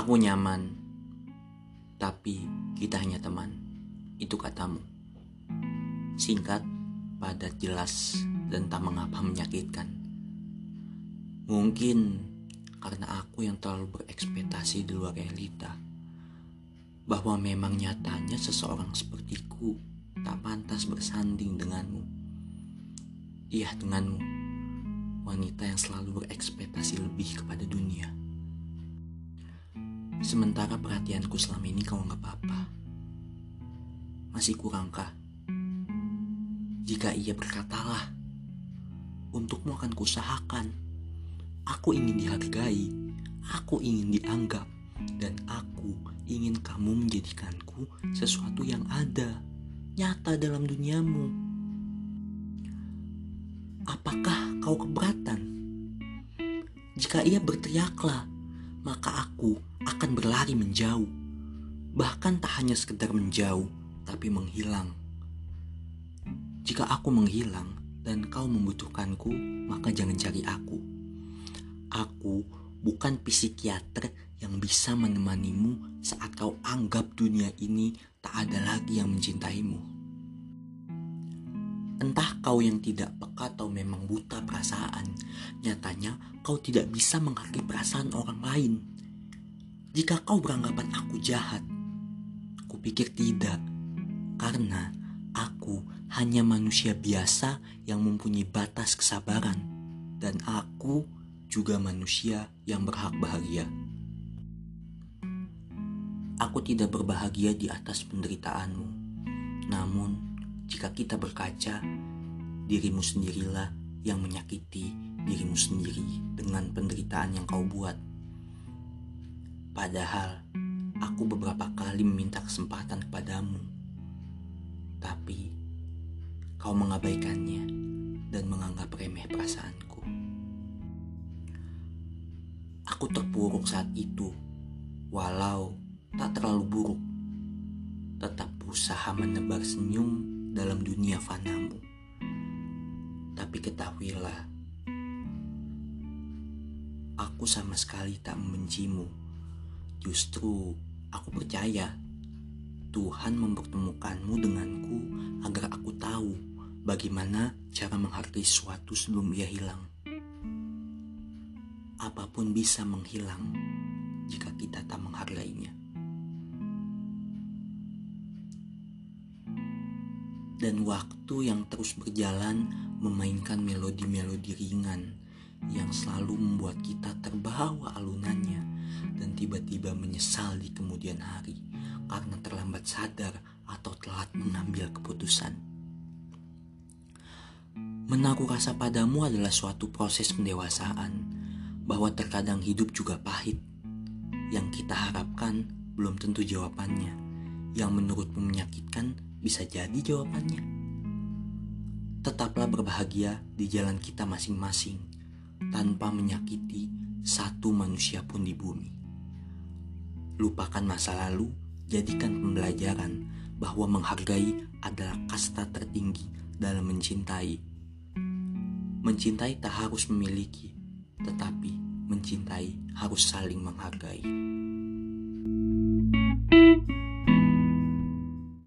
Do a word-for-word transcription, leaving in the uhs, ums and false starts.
Aku nyaman, tapi kita hanya teman. Itu katamu. Singkat, padat, jelas, dan tak mengapa menyakitkan. Mungkin karena aku yang terlalu berekspektasi di luar realita, bahwa memang nyatanya seseorang sepertiku tak pantas bersanding denganmu. Iya, denganmu, wanita yang selalu berekspektasi lebih kepada dunia. Sementara perhatianku selama ini kau anggap apa? Masih kurangkah? Jika iya, berkatalah. Untukmu akan kuusahakan. Aku ingin dihargai, aku ingin dianggap, dan aku ingin kamu menjadikanku sesuatu yang ada, nyata dalam duniamu. Apakah kau keberatan? Jika iya, berteriaklah, maka aku akan berlari menjauh. Bahkan tak hanya sekedar menjauh, tapi menghilang. Jika aku menghilang dan kau membutuhkanku, maka jangan cari aku. Aku bukan psikiater yang bisa menemanimu saat kau anggap dunia ini tak ada lagi yang mencintaimu. Entah kau yang tidak peka atau memang buta perasaan, nyatanya kau tidak bisa menghargai perasaan orang lain. Jika kau beranggapan aku jahat, kupikir tidak, karena aku hanya manusia biasa yang mempunyai batas kesabaran, dan aku juga manusia yang berhak bahagia. Aku tidak berbahagia di atas penderitaanmu. Namun, jika kita berkaca, dirimu sendirilah yang menyakiti dirimu sendiri dengan penderitaan yang kau buat. Padahal, aku beberapa kali meminta kesempatan kepadamu. Tapi, kau mengabaikannya dan menganggap remeh perasaanku. Aku terpuruk saat itu, walau tak terlalu buruk. Tetap berusaha menebar senyum dalam dunia fanamu. Tapi ketahuilah, aku sama sekali tak membencimu. Justru aku percaya Tuhan mempertemukanmu denganku agar aku tahu bagaimana cara menghargai sesuatu sebelum ia hilang. Apapun bisa menghilang jika kita tak menghargainya. Dan waktu yang terus berjalan memainkan melodi-melodi ringan yang selalu membuat kita terbawa alunannya dan tiba-tiba menyesal di kemudian hari karena terlambat sadar atau telat mengambil keputusan. Menaruh rasa padamu adalah suatu proses pendewasaan, bahwa terkadang hidup juga pahit. Yang kita harapkan belum tentu jawabannya, yang menurutmu menyakitkan bisa jadi jawabannya. Tetaplah berbahagia di jalan kita masing-masing, tanpa menyakiti satu manusia pun di bumi. Lupakan masa lalu, jadikan pembelajaran bahwa menghargai adalah kasta tertinggi dalam mencintai. Mencintai tak harus memiliki, tetapi mencintai harus saling menghargai.